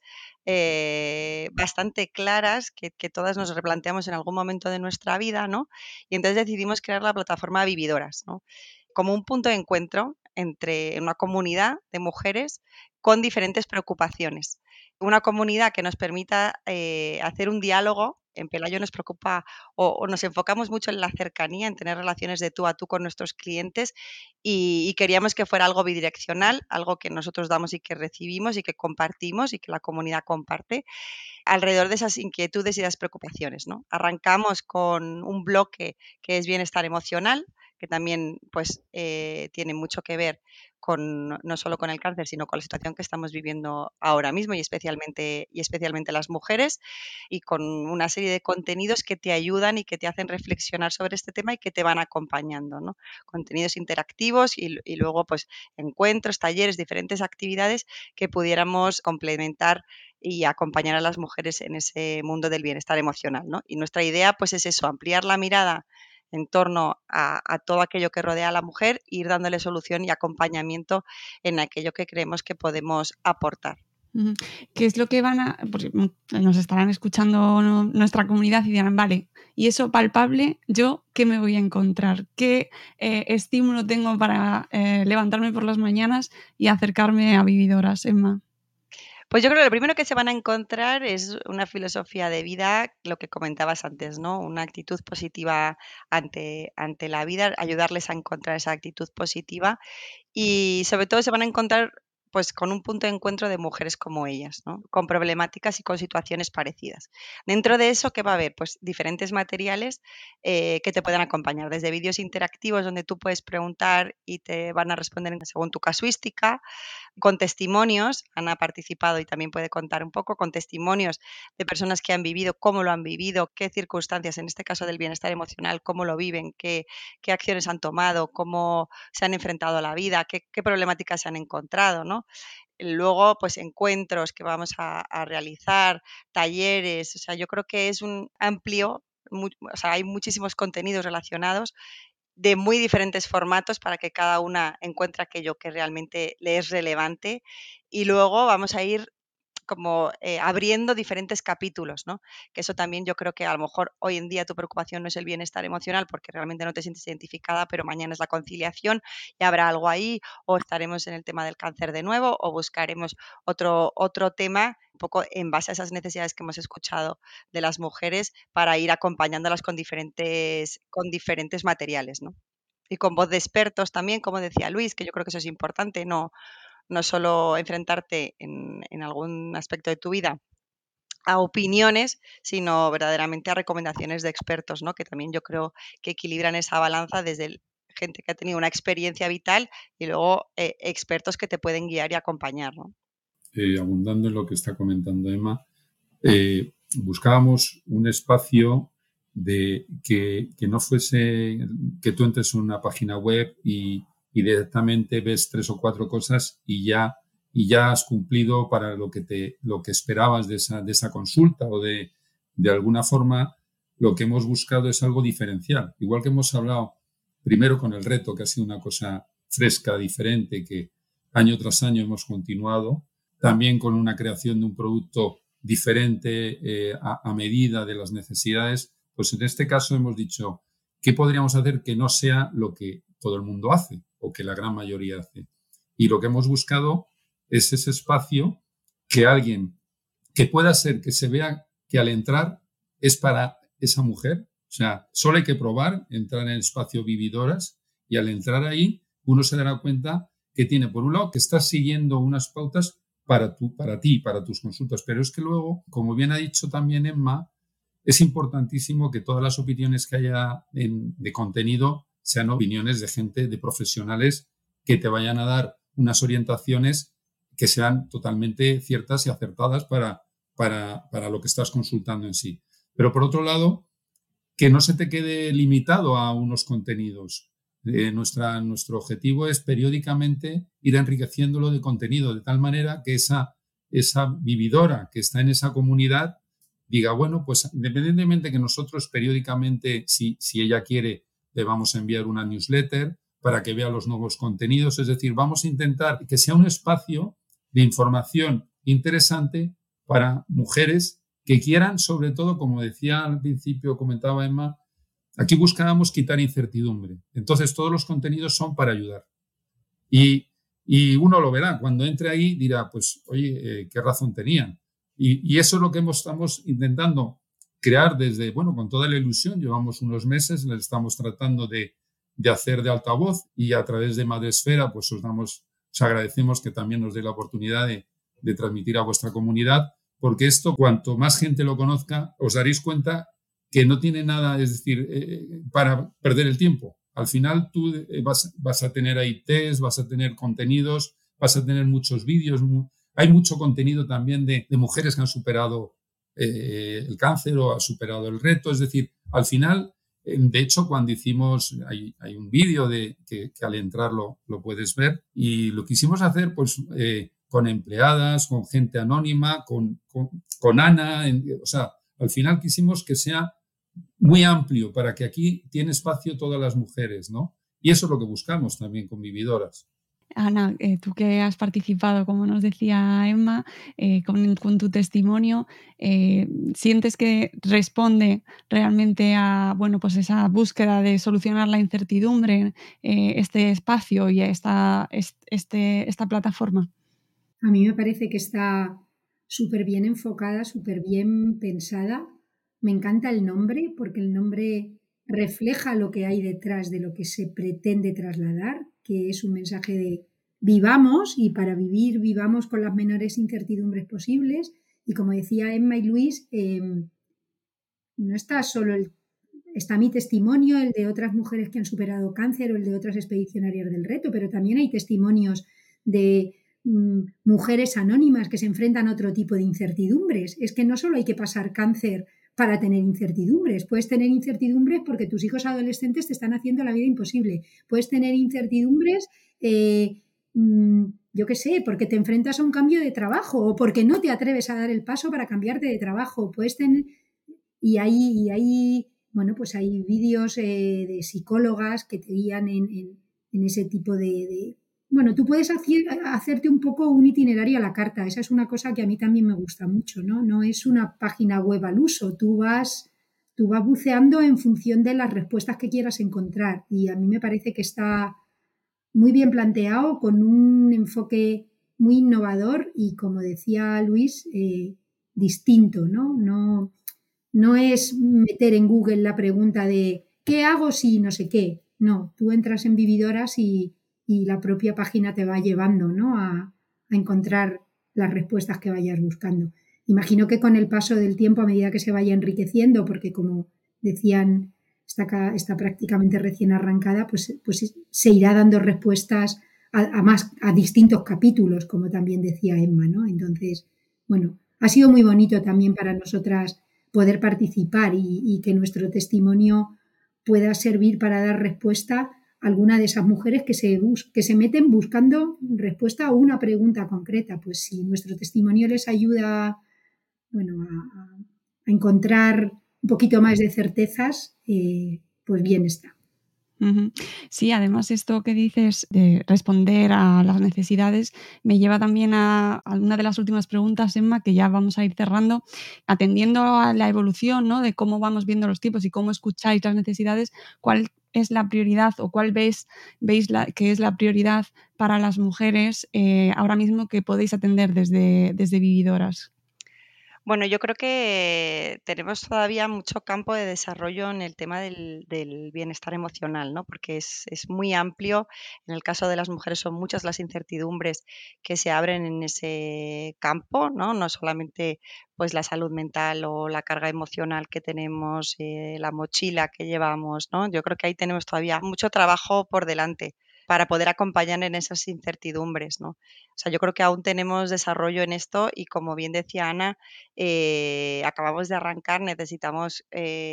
bastante claras que todas nos replanteamos en algún momento de nuestra vida, ¿no? Y entonces decidimos crear la plataforma Vividoras, ¿no? Como un punto de encuentro entre una comunidad de mujeres con diferentes preocupaciones. Una comunidad que nos permita hacer un diálogo. En Pelayo nos preocupa o nos enfocamos mucho en la cercanía, en tener relaciones de tú a tú con nuestros clientes y queríamos que fuera algo bidireccional, algo que nosotros damos y que recibimos y que compartimos y que la comunidad comparte alrededor de esas inquietudes y las preocupaciones, ¿no? Arrancamos con un bloque que es bienestar emocional, que también pues, tiene mucho que ver no solo con el cáncer, sino con la situación que estamos viviendo ahora mismo y especialmente las mujeres, y con una serie de contenidos que te ayudan y que te hacen reflexionar sobre este tema y que te van acompañando, ¿no? Contenidos interactivos y luego pues encuentros, talleres, diferentes actividades que pudiéramos complementar y acompañar a las mujeres en ese mundo del bienestar emocional, ¿no? Y nuestra idea pues es eso, ampliar la mirada en torno a todo aquello que rodea a la mujer e ir dándole solución y acompañamiento en aquello que creemos que podemos aportar. ¿Qué es lo que porque nos estarán escuchando nuestra comunidad y dirán, vale, y eso palpable, ¿yo qué me voy a encontrar? ¿Qué estímulo tengo para levantarme por las mañanas y acercarme a Vividoras, Emma? Pues yo creo que lo primero que se van a encontrar es una filosofía de vida, lo que comentabas antes, ¿no? Una actitud positiva ante la vida, ayudarles a encontrar esa actitud positiva y sobre todo se van a encontrar pues con un punto de encuentro de mujeres como ellas, ¿no? Con problemáticas y con situaciones parecidas. Dentro de eso, ¿qué va a haber? Pues diferentes materiales que te puedan acompañar, desde vídeos interactivos donde tú puedes preguntar y te van a responder según tu casuística, con testimonios, Ana ha participado y también puede contar un poco, con testimonios de personas que han vivido, cómo lo han vivido, qué circunstancias, en este caso del bienestar emocional, cómo lo viven, qué acciones han tomado, cómo se han enfrentado a la vida, qué problemáticas se han encontrado, ¿no? Luego, pues encuentros que vamos a realizar, talleres, o sea, yo creo que es un amplio, o sea, hay muchísimos contenidos relacionados de muy diferentes formatos para que cada una encuentre aquello que realmente le es relevante y luego vamos a ir como abriendo diferentes capítulos, ¿no? Que eso también yo creo que a lo mejor hoy en día tu preocupación no es el bienestar emocional porque realmente no te sientes identificada, pero mañana es la conciliación y habrá algo ahí, o estaremos en el tema del cáncer de nuevo, o buscaremos otro tema un poco en base a esas necesidades que hemos escuchado de las mujeres para ir acompañándolas con diferentes materiales, ¿no? Y con voz de expertos también, como decía Luis, que yo creo que eso es importante, no solo enfrentarte en algún aspecto de tu vida a opiniones, sino verdaderamente a recomendaciones de expertos, ¿no? Que también yo creo que equilibran esa balanza desde gente que ha tenido una experiencia vital y luego expertos que te pueden guiar y acompañar, ¿no? Abundando en lo que está comentando Emma, buscábamos un espacio de que no fuese que tú entres en una página web y directamente ves 3 o 4 cosas y ya has cumplido para lo que esperabas de esa consulta o de alguna forma lo que hemos buscado es algo diferencial. Igual que hemos hablado primero con el reto, que ha sido una cosa fresca, diferente, que año tras año hemos continuado. también con una creación de un producto diferente a medida de las necesidades. Pues en este caso hemos dicho, ¿qué podríamos hacer que no sea lo que todo el mundo hace o que la gran mayoría hace? Y lo que hemos buscado es ese espacio que alguien, que pueda ser que se vea que al entrar es para esa mujer. O sea, solo hay que probar, entrar en el espacio Vividoras, y al entrar ahí uno se dará cuenta que tiene, por un lado, que estás siguiendo unas pautas para ti, para tus consultas. Pero es que luego, como bien ha dicho también Emma, es importantísimo que todas las opiniones que haya de contenido sean opiniones de gente, de profesionales que te vayan a dar unas orientaciones que sean totalmente ciertas y acertadas para lo que estás consultando en sí. Pero por otro lado, que no se te quede limitado a unos contenidos. Nuestro objetivo es periódicamente ir enriqueciéndolo de contenido, de tal manera que esa vividora que está en esa comunidad diga, bueno, pues independientemente que nosotros periódicamente, si ella quiere, le vamos a enviar una newsletter para que vea los nuevos contenidos. Es decir, vamos a intentar que sea un espacio de información interesante para mujeres que quieran, sobre todo, como decía al principio, comentaba Emma, aquí buscábamos quitar incertidumbre. Entonces, todos los contenidos son para ayudar. Y uno lo verá. Cuando entre ahí dirá, pues, oye, qué razón tenían. Y eso es lo que estamos intentando crear desde, bueno, con toda la ilusión. Llevamos unos meses, les estamos tratando de hacer de altavoz, y a través de Madresfera, pues os agradecemos que también nos dé la oportunidad de transmitir a vuestra comunidad, porque esto, cuanto más gente lo conozca, os daréis cuenta que no tiene nada, es decir, para perder el tiempo. Al final tú vas a tener ahí test, vas a tener contenidos, vas a tener muchos vídeos. Hay mucho contenido también de mujeres que han superado el cáncer o han superado el reto. Es decir, al final, de hecho, cuando hicimos, hay un vídeo que al entrar lo puedes ver, y lo quisimos hacer pues con empleadas, con gente anónima, con Ana. O sea, al final quisimos que sea muy amplio para que aquí tiene espacio todas las mujeres, ¿no? Y eso es lo que buscamos también con Vividoras. Ana, tú que has participado, como nos decía Emma, con tu testimonio, ¿sientes que responde realmente a, bueno, pues esa búsqueda de solucionar la incertidumbre, este espacio y esta plataforma? A mí me parece que está súper bien enfocada, súper bien pensada. Me encanta el nombre, porque el nombre refleja lo que hay detrás de lo que se pretende trasladar, que es un mensaje de vivamos, y para vivir, vivamos con las menores incertidumbres posibles. Y como decía Emma y Luis, no está solo está mi testimonio, el de otras mujeres que han superado cáncer o el de otras expedicionarias del reto, pero también hay testimonios de mujeres anónimas que se enfrentan a otro tipo de incertidumbres. Es que no solo hay que pasar cáncer para tener incertidumbres. Puedes tener incertidumbres porque tus hijos adolescentes te están haciendo la vida imposible. Puedes tener incertidumbres, yo qué sé, porque te enfrentas a un cambio de trabajo o porque no te atreves a dar el paso para cambiarte de trabajo. Puedes tener... Y hay bueno, pues hay vídeos de psicólogas que te guían en ese tipo de... Bueno, tú puedes hacerte un poco un itinerario a la carta. Esa es una cosa que a mí también me gusta mucho, ¿no? No es una página web al uso. Tú vas buceando en función de las respuestas que quieras encontrar. Y a mí me parece que está muy bien planteado, con un enfoque muy innovador y, como decía Luis, distinto, ¿no? No es meter en Google la pregunta de ¿qué hago si no sé qué? No, tú entras en Vividoras y la propia página te va llevando, ¿no? a encontrar las respuestas que vayas buscando. Imagino que con el paso del tiempo, a medida que se vaya enriqueciendo, porque como decían, está prácticamente recién arrancada, pues se irá dando respuestas a distintos capítulos, como también decía Emma, ¿no? Entonces, bueno, ha sido muy bonito también para nosotras poder participar y que nuestro testimonio pueda servir para dar respuesta a alguna de esas mujeres que se meten buscando respuesta a una pregunta concreta. Pues si nuestro testimonio les ayuda, bueno, a encontrar un poquito más de certezas, pues bien está. Ujú. Sí, además esto que dices de responder a las necesidades me lleva también a una de las últimas preguntas, Emma, que ya vamos a ir cerrando. Atendiendo a la evolución, ¿no?, de cómo vamos viendo los tiempos y cómo escucháis las necesidades, ¿cuál es la prioridad o cuál veis que es la prioridad para las mujeres ahora mismo que podéis atender desde Vividoras? Bueno, yo creo que tenemos todavía mucho campo de desarrollo en el tema del bienestar emocional, ¿no? Porque es muy amplio. En el caso de las mujeres son muchas las incertidumbres que se abren en ese campo, ¿no? No solamente pues la salud mental o la carga emocional que tenemos, la mochila que llevamos, ¿no? Yo creo que ahí tenemos todavía mucho trabajo por delante para poder acompañar en esas incertidumbres, ¿no? O sea, yo creo que aún tenemos desarrollo en esto y, como bien decía Ana, acabamos de arrancar, necesitamos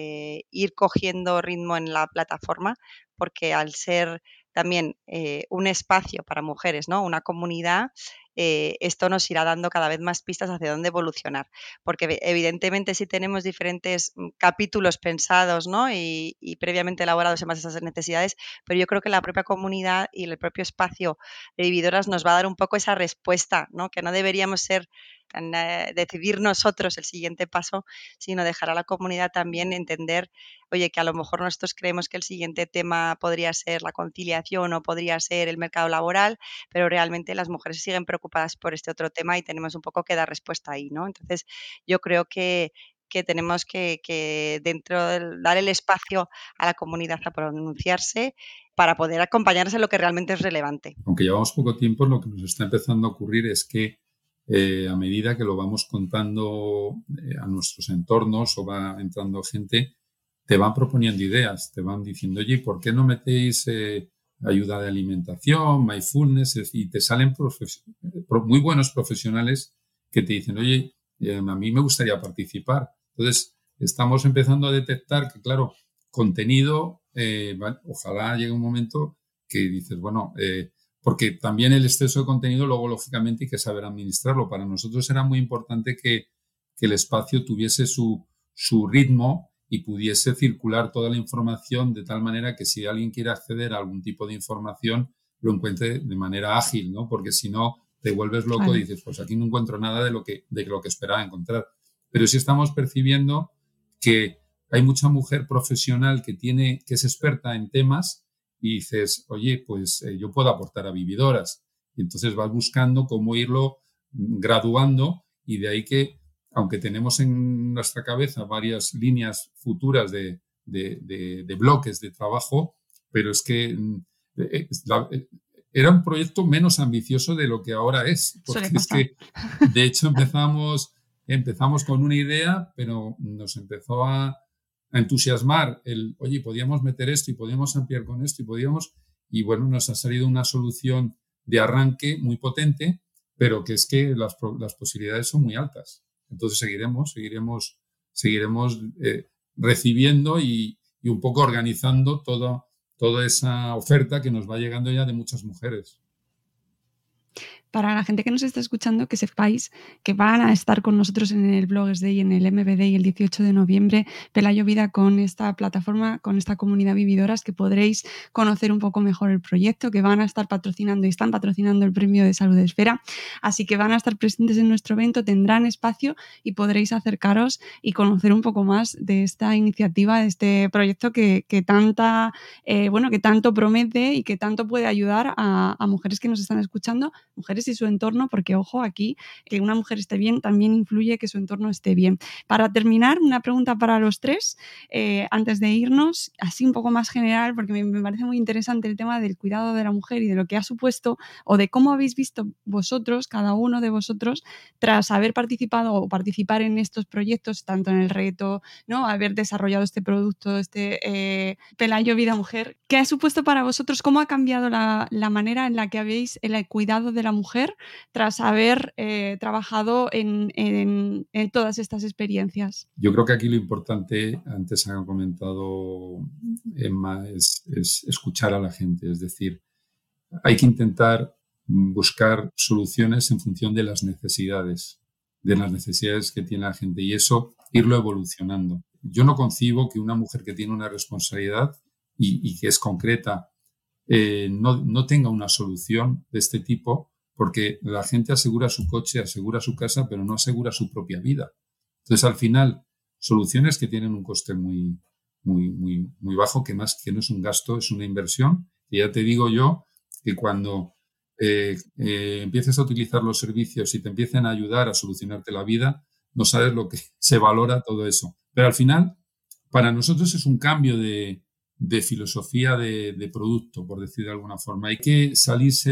ir cogiendo ritmo en la plataforma, porque al ser también un espacio para mujeres, ¿no?, una comunidad, esto nos irá dando cada vez más pistas hacia dónde evolucionar, porque evidentemente sí tenemos diferentes capítulos pensados, ¿no?, y previamente elaborados en base a esas necesidades, pero yo creo que la propia comunidad y el propio espacio de Vividoras nos va a dar un poco esa respuesta, ¿no?, que no deberíamos decidir nosotros el siguiente paso, sino dejar a la comunidad también entender, oye, que a lo mejor nosotros creemos que el siguiente tema podría ser la conciliación o podría ser el mercado laboral, pero realmente las mujeres siguen preocupadas por este otro tema y tenemos un poco que dar respuesta ahí, ¿no? Entonces, yo creo que tenemos que dentro dar el espacio a la comunidad a pronunciarse para poder acompañarse en lo que realmente es relevante. Aunque llevamos poco tiempo, lo que nos está empezando a ocurrir es que a medida que lo vamos contando a nuestros entornos o va entrando gente, te van proponiendo ideas, te van diciendo, oye, ¿por qué no metéis ayuda de alimentación, mindfulness? Y te salen muy buenos profesionales que te dicen, oye, a mí me gustaría participar. Entonces, estamos empezando a detectar que, claro, contenido, ojalá llegue un momento que dices, bueno, porque también el exceso de contenido luego, lógicamente, hay que saber administrarlo. Para nosotros era muy importante que el espacio tuviese su ritmo y pudiese circular toda la información de tal manera que si alguien quiere acceder a algún tipo de información, lo encuentre de manera ágil, ¿no? Porque si no, te vuelves loco. Claro. Y dices, pues aquí no encuentro nada de lo que esperaba encontrar. Pero sí estamos percibiendo que hay mucha mujer profesional que es experta en temas y dices, oye, pues yo puedo aportar a Vividoras. Y entonces vas buscando cómo irlo graduando, y de ahí que, aunque tenemos en nuestra cabeza varias líneas futuras de bloques de trabajo, pero es que era un proyecto menos ambicioso de lo que ahora es. Porque es que, de hecho, empezamos con una idea, pero nos empezó a entusiasmar oye, podíamos meter esto y podíamos ampliar con esto y bueno, nos ha salido una solución de arranque muy potente, pero que es que las posibilidades son muy altas. Entonces seguiremos recibiendo y un poco organizando toda esa oferta que nos va llegando ya de muchas mujeres. Para la gente que nos está escuchando, que sepáis que van a estar con nosotros en el Bloggers Day, en el MB Day, el 18 de noviembre, Pelayo Vida, con esta plataforma, con esta comunidad Vividoras, que podréis conocer un poco mejor el proyecto, que van a estar patrocinando y están patrocinando el Premio de Salud Esfera. Así que van a estar presentes en nuestro evento, tendrán espacio y podréis acercaros y conocer un poco más de esta iniciativa, de este proyecto que tanto promete y que tanto puede ayudar a mujeres que nos están escuchando, mujeres y su entorno, porque ojo, aquí que una mujer esté bien también influye que su entorno esté bien. Para terminar, una pregunta para los tres, antes de irnos, así un poco más general, porque me parece muy interesante el tema del cuidado de la mujer y de lo que ha supuesto, o de cómo habéis visto vosotros, cada uno de vosotros, tras haber participado o participar en estos proyectos, tanto en el reto, ¿no?, haber desarrollado este producto, Pelayo Vida Mujer. ¿Qué ha supuesto para vosotros? ¿Cómo ha cambiado la manera en la que habéis el cuidado de la mujer tras haber trabajado en todas estas experiencias? Yo creo que aquí lo importante, antes ha comentado Emma, es escuchar a la gente. Es decir, hay que intentar buscar soluciones en función de las necesidades que tiene la gente, y eso irlo evolucionando. Yo no concibo que una mujer que tiene una responsabilidad y que es concreta, no tenga una solución de este tipo, porque la gente asegura su coche, asegura su casa, pero no asegura su propia vida. Entonces, al final, soluciones que tienen un coste muy bajo, que más que no es un gasto, es una inversión. Y ya te digo yo que cuando empieces a utilizar los servicios y te empiecen a ayudar a solucionarte la vida, no sabes lo que se valora todo eso. Pero al final, para nosotros es un cambio de filosofía de producto, por decir de alguna forma. Hay que salirse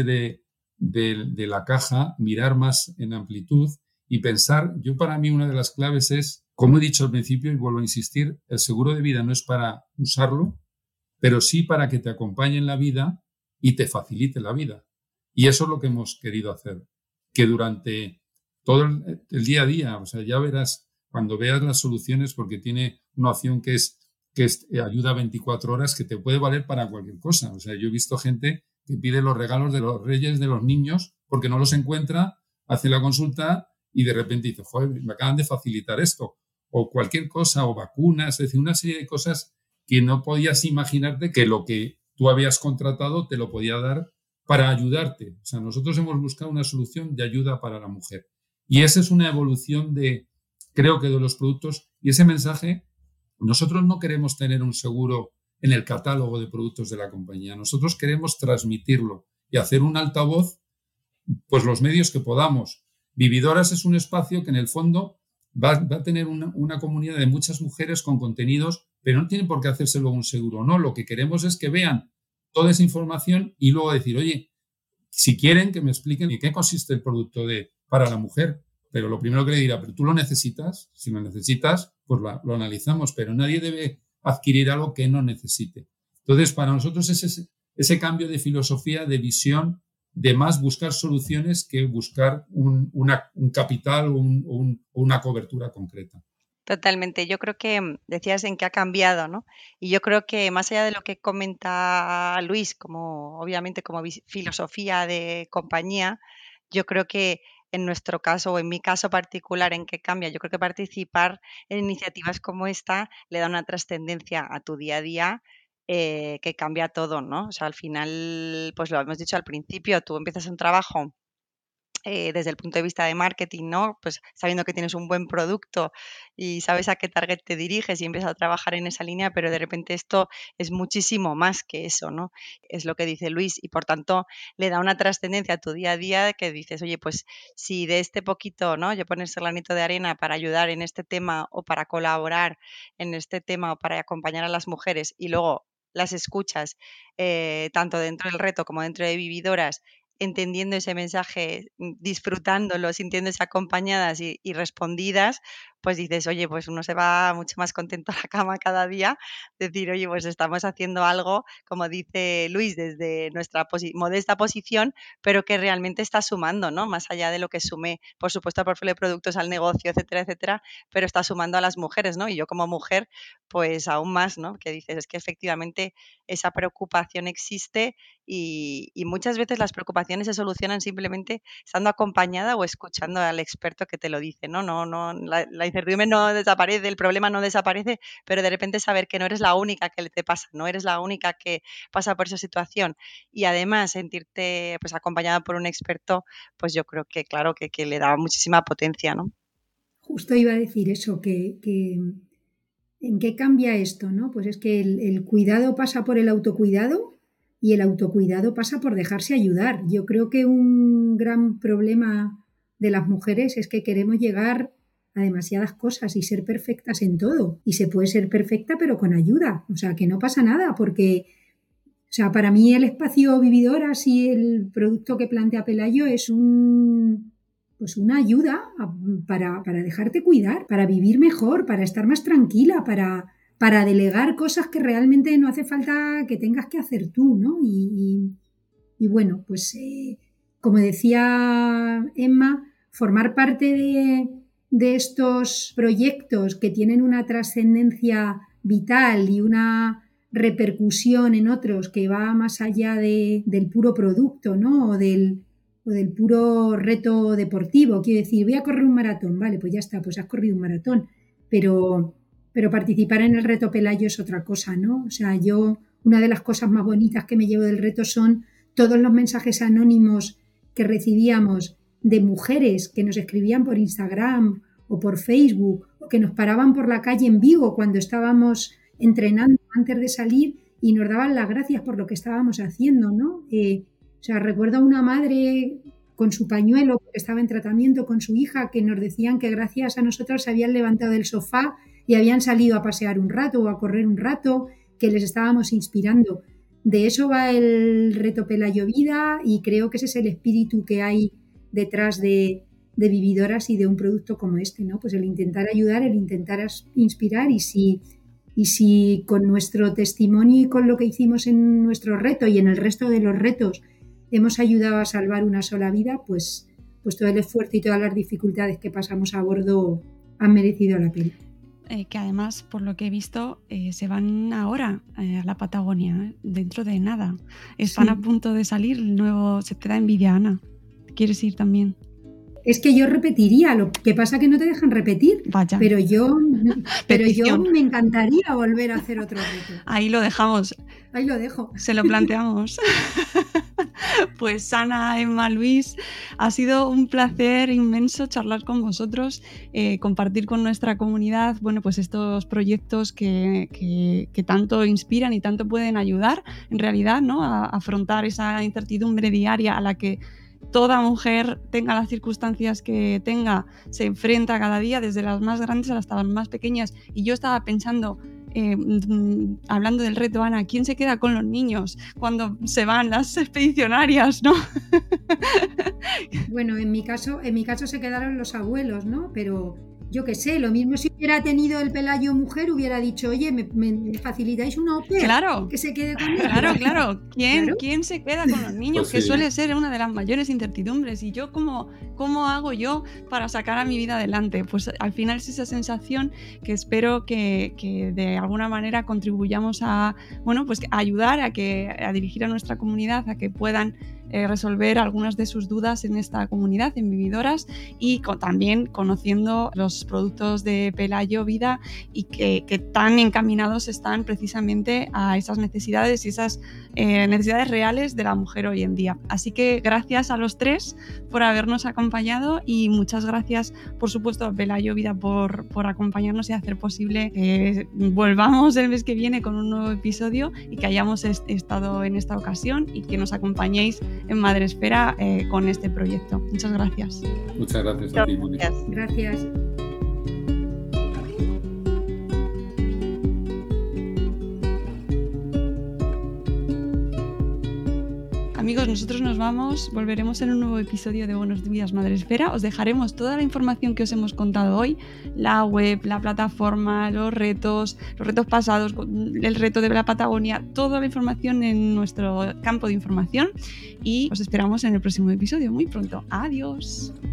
de la caja, mirar más en amplitud y pensar. Para mí una de las claves es, como he dicho al principio y vuelvo a insistir, el seguro de vida no es para usarlo, pero sí para que te acompañe en la vida y te facilite la vida. Y eso es lo que hemos querido hacer, que durante todo el día a día, o sea, ya verás cuando veas las soluciones, porque tiene una opción que es ayuda 24 horas, que te puede valer para cualquier cosa. O sea, yo he visto gente que pide los regalos de los reyes de los niños porque no los encuentra, hace la consulta y de repente dice, joder, me acaban de facilitar esto. O cualquier cosa, o vacunas, es decir, una serie de cosas que no podías imaginarte que lo que tú habías contratado te lo podía dar para ayudarte. O sea, nosotros hemos buscado una solución de ayuda para la mujer. Y esa es una evolución creo que de los productos. Y ese mensaje, nosotros no queremos tener un seguro en el catálogo de productos de la compañía. Nosotros queremos transmitirlo y hacer un altavoz, pues los medios que podamos. Vividoras es un espacio que en el fondo va a tener una comunidad de muchas mujeres con contenidos, pero no tiene por qué hacerse luego un seguro. No, lo que queremos es que vean toda esa información y luego decir, oye, si quieren que me expliquen en qué consiste el producto para la mujer, pero lo primero que le dirá, pero tú lo necesitas, si lo necesitas, pues lo analizamos, pero nadie debe adquirir algo que no necesite. Entonces, para nosotros es ese cambio de filosofía, de visión, de más buscar soluciones que buscar un capital o una cobertura concreta. Totalmente. Yo creo que decías en qué ha cambiado, ¿no? Y yo creo que más allá de lo que comenta Luis, como obviamente como filosofía de compañía, yo creo que en nuestro caso o en mi caso particular, ¿en qué cambia? Yo creo que participar en iniciativas como esta le da una trascendencia a tu día a día que cambia todo, ¿no? O sea, al final, pues lo hemos dicho al principio, tú empiezas un trabajo desde el punto de vista de marketing, ¿no? Pues sabiendo que tienes un buen producto y sabes a qué target te diriges y empiezas a trabajar en esa línea, pero de repente esto es muchísimo más que eso, ¿no? Es lo que dice Luis y por tanto le da una trascendencia a tu día a día que dices, oye, pues si de este poquito, ¿no? Yo pones el granito de arena para ayudar en este tema o para colaborar en este tema o para acompañar a las mujeres y luego las escuchas tanto dentro del reto como dentro de Vividoras, entendiendo ese mensaje, disfrutándolo, sintiéndose acompañadas y respondidas, pues dices, oye, pues uno se va mucho más contento a la cama cada día, decir, oye, pues estamos haciendo algo, como dice Luis, desde nuestra modesta posición, pero que realmente está sumando, ¿no? Más allá de lo que sume, por supuesto, al portfolio de productos, al negocio, etcétera, etcétera, pero está sumando a las mujeres, ¿no? Y yo como mujer, pues aún más, ¿no? Que dices, es que efectivamente esa preocupación existe y muchas veces las preocupaciones se solucionan simplemente estando acompañada o escuchando al experto que te lo dice, ¿no? La incertidumbre no desaparece, el problema no desaparece, pero de repente saber que no eres la única que te pasa, no eres la única que pasa por esa situación y además sentirte pues acompañada por un experto, pues yo creo que claro que le da muchísima potencia, ¿no? Justo iba a decir eso, que ¿en qué cambia esto, no? Pues es que el cuidado pasa por el autocuidado y el autocuidado pasa por dejarse ayudar. Yo creo que un gran problema de las mujeres es que queremos llegar a demasiadas cosas y ser perfectas en todo. Y se puede ser perfecta pero con ayuda. O sea, que no pasa nada porque, o sea, para mí el espacio Vividoras y el producto que plantea Pelayo es pues una ayuda para dejarte cuidar, para vivir mejor, para estar más tranquila, para delegar cosas que realmente no hace falta que tengas que hacer tú, ¿no? Y bueno, pues como decía Emma, formar parte de estos proyectos que tienen una trascendencia vital y una repercusión en otros que va más allá del puro producto, ¿no? O del puro reto deportivo. Quiero decir, voy a correr un maratón, vale, pues ya está, pues has corrido un maratón, pero participar en el reto Pelayo es otra cosa, ¿no? O sea, una de las cosas más bonitas que me llevo del reto son todos los mensajes anónimos que recibíamos de mujeres que nos escribían por Instagram o por Facebook, o que nos paraban por la calle en Vigo cuando estábamos entrenando antes de salir y nos daban las gracias por lo que estábamos haciendo, ¿no? Recuerdo a una madre con su pañuelo, que estaba en tratamiento con su hija, que nos decían que gracias a nosotros se habían levantado del sofá y habían salido a pasear un rato o a correr un rato, que les estábamos inspirando. De eso va el reto Pelayo Vida, y creo que ese es el espíritu que hay detrás de Vividoras y de un producto como este, ¿no? Pues el intentar ayudar, el intentar inspirar, y si con nuestro testimonio y con lo que hicimos en nuestro reto y en el resto de los retos hemos ayudado a salvar una sola vida, pues todo el esfuerzo y todas las dificultades que pasamos a bordo han merecido la pena. Que además, por lo que he visto, se van ahora a la Patagonia, dentro de nada. Están a punto de salir el nuevo. Se te da envidia, Ana. ¿Quieres ir también? Es que yo repetiría, lo que pasa que no te dejan repetir. Vaya. Pero yo me encantaría volver a hacer otro reto. Ahí lo dejamos. Ahí lo dejo. Se lo planteamos. Pues Ana, Emma, Luis, ha sido un placer inmenso charlar con vosotros, compartir con nuestra comunidad, bueno, pues estos proyectos que tanto inspiran y tanto pueden ayudar, en realidad, ¿no? A afrontar esa incertidumbre diaria a la que toda mujer, tenga las circunstancias que tenga, se enfrenta cada día, desde las más grandes hasta las más pequeñas. Y yo estaba pensando, hablando del reto, Ana, ¿quién se queda con los niños cuando se van las expedicionarias, no? Bueno, en mi caso se quedaron los abuelos, ¿no? Pero yo qué sé, lo mismo si hubiera tenido el Pelayo mujer, hubiera dicho, oye, ¿me facilitáis una OPE? Claro. Que se quede con ellos. Claro. ¿Quién se queda con los niños? Pues que sí. Suele ser una de las mayores incertidumbres. Y yo, ¿cómo hago yo para sacar a mi vida adelante? Pues al final es esa sensación que espero que de alguna manera contribuyamos a, bueno, pues a ayudar a dirigir a nuestra comunidad a que puedan resolver algunas de sus dudas en esta comunidad, en Vividoras, y también conociendo los productos de Pelayo Vida, y que tan encaminados están precisamente a esas necesidades y esas necesidades reales de la mujer hoy en día. Así que gracias a los tres por habernos acompañado, y muchas gracias, por supuesto, a Pelayo Vida por acompañarnos y hacer posible que volvamos el mes que viene con un nuevo episodio, y que hayamos estado en esta ocasión y que nos acompañéis en Madresfera con este proyecto. Muchas gracias. Muchas gracias a ti, Mónica. Gracias. Amigos, nosotros nos vamos, volveremos en un nuevo episodio de Buenos Días Madresfera. Os dejaremos toda la información que os hemos contado hoy, la web, la plataforma, los retos pasados, el reto de la Patagonia, toda la información en nuestro campo de información, y os esperamos en el próximo episodio muy pronto. Adiós.